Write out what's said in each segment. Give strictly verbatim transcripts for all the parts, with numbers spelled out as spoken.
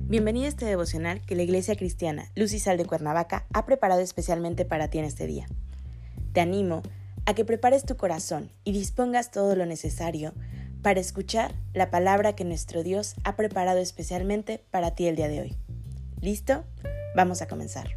Bienvenido a este devocional que la Iglesia Cristiana Luz y Sal de Cuernavaca ha preparado especialmente para ti en este día. Te animo a que prepares tu corazón y dispongas todo lo necesario para escuchar la palabra que nuestro Dios ha preparado especialmente para ti el día de hoy. ¿Listo? Vamos a comenzar.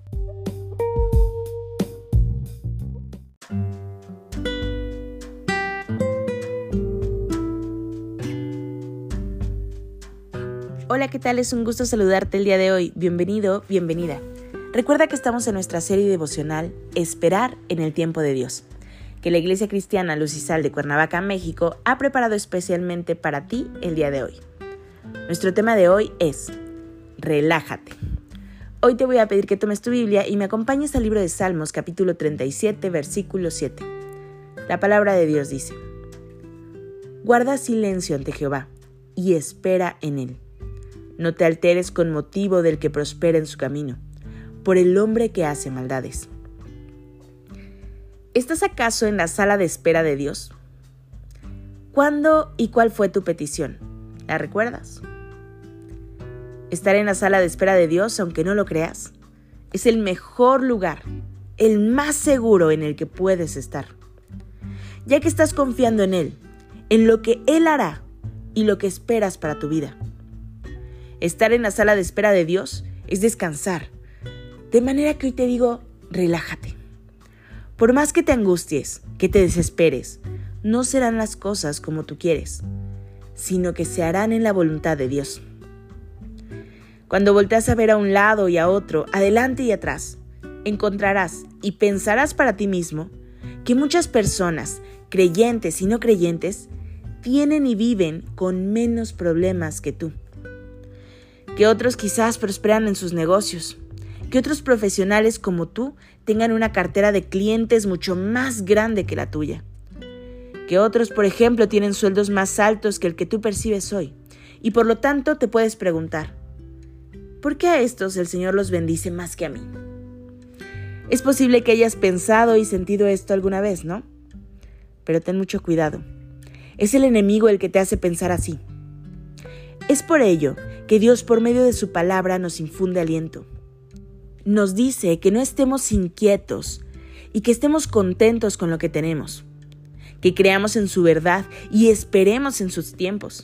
Hola, ¿qué tal? Es un gusto saludarte el día de hoy. Bienvenido, bienvenida. Recuerda que estamos en nuestra serie devocional Esperar en el tiempo de Dios, que la Iglesia Cristiana Luz y Sal de Cuernavaca, México, ha preparado especialmente para ti el día de hoy. Nuestro tema de hoy es Relájate. Hoy te voy a pedir que tomes tu Biblia y me acompañes al libro de Salmos, capítulo treinta y siete, versículo siete. La palabra de Dios dice: Guarda silencio ante Jehová y espera en él. No te alteres con motivo del que prospera en su camino, por el hombre que hace maldades. ¿Estás acaso en la sala de espera de Dios? ¿Cuándo y cuál fue tu petición? ¿La recuerdas? Estar en la sala de espera de Dios, aunque no lo creas, es el mejor lugar, el más seguro en el que puedes estar, ya que estás confiando en Él, en lo que Él hará y lo que esperas para tu vida. Estar en la sala de espera de Dios es descansar, de manera que hoy te digo, relájate. Por más que te angusties, que te desesperes, no serán las cosas como tú quieres, sino que se harán en la voluntad de Dios. Cuando volteas a ver a un lado y a otro, adelante y atrás, encontrarás y pensarás para ti mismo que muchas personas, creyentes y no creyentes, tienen y viven con menos problemas que tú. Que otros quizás prosperan en sus negocios, que otros profesionales como tú tengan una cartera de clientes mucho más grande que la tuya, que otros, por ejemplo, tienen sueldos más altos que el que tú percibes hoy, y por lo tanto te puedes preguntar, ¿por qué a estos el Señor los bendice más que a mí? Es posible que hayas pensado y sentido esto alguna vez, ¿no? Pero ten mucho cuidado, es el enemigo el que te hace pensar así. Es por ello que Dios, por medio de su palabra, nos infunde aliento. Nos dice que no estemos inquietos y que estemos contentos con lo que tenemos, que creamos en su verdad y esperemos en sus tiempos.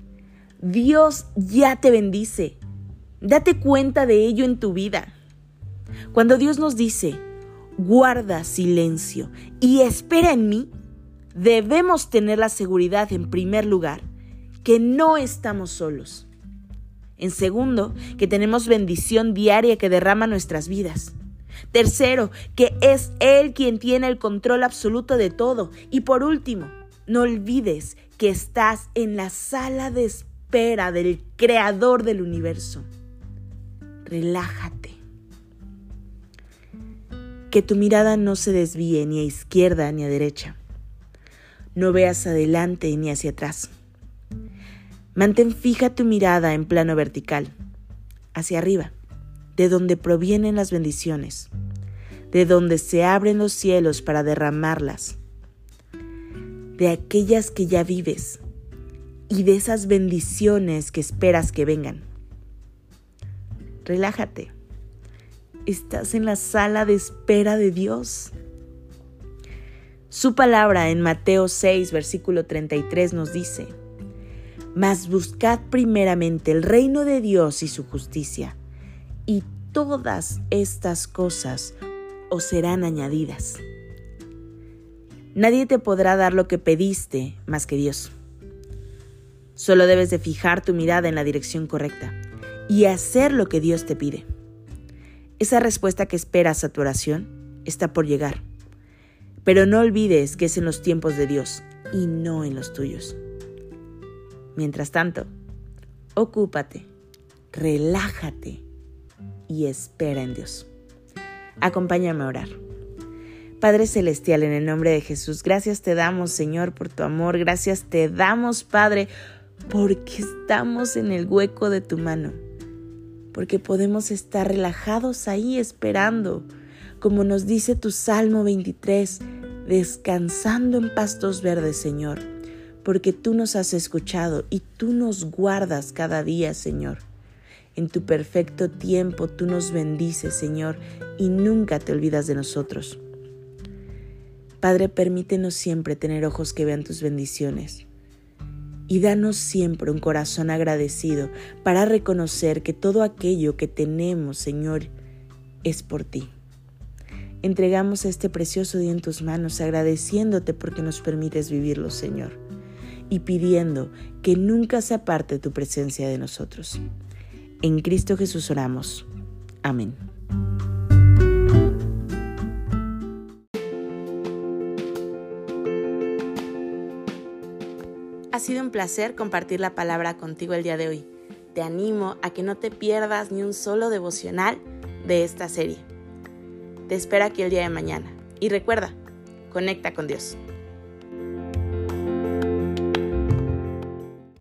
Dios ya te bendice. Date cuenta de ello en tu vida. Cuando Dios nos dice, guarda silencio y espera en mí, debemos tener la seguridad, en primer lugar, que no estamos solos. En segundo, que tenemos bendición diaria que derrama nuestras vidas. Tercero, que es Él quien tiene el control absoluto de todo. Y por último, no olvides que estás en la sala de espera del Creador del universo. Relájate. Que tu mirada no se desvíe ni a izquierda ni a derecha. No veas adelante ni hacia atrás. Mantén fija tu mirada en plano vertical, hacia arriba, de donde provienen las bendiciones, de donde se abren los cielos para derramarlas, de aquellas que ya vives y de esas bendiciones que esperas que vengan. Relájate, estás en la sala de espera de Dios. Su palabra en Mateo seis, versículo treinta y tres nos dice: Mas buscad primeramente el reino de Dios y su justicia, y todas estas cosas os serán añadidas. Nadie te podrá dar lo que pediste más que Dios. Solo debes de fijar tu mirada en la dirección correcta y hacer lo que Dios te pide. Esa respuesta que esperas a tu oración está por llegar, pero no olvides que es en los tiempos de Dios y no en los tuyos. Mientras tanto, ocúpate, relájate y espera en Dios. Acompáñame a orar. Padre Celestial, en el nombre de Jesús, gracias te damos, Señor, por tu amor. Gracias te damos, Padre, porque estamos en el hueco de tu mano. Porque podemos estar relajados ahí esperando, como nos dice tu Salmo veintitrés, descansando en pastos verdes, Señor. Porque tú nos has escuchado y tú nos guardas cada día, Señor. En tu perfecto tiempo tú nos bendices, Señor, y nunca te olvidas de nosotros. Padre, permítenos siempre tener ojos que vean tus bendiciones. Y danos siempre un corazón agradecido para reconocer que todo aquello que tenemos, Señor, es por ti. Entregamos este precioso día en tus manos, agradeciéndote porque nos permites vivirlo, Señor, y pidiendo que nunca se aparte tu presencia de nosotros. En Cristo Jesús oramos. Amén. Ha sido un placer compartir la palabra contigo el día de hoy. Te animo a que no te pierdas ni un solo devocional de esta serie. Te espero aquí el día de mañana. Y recuerda, conecta con Dios.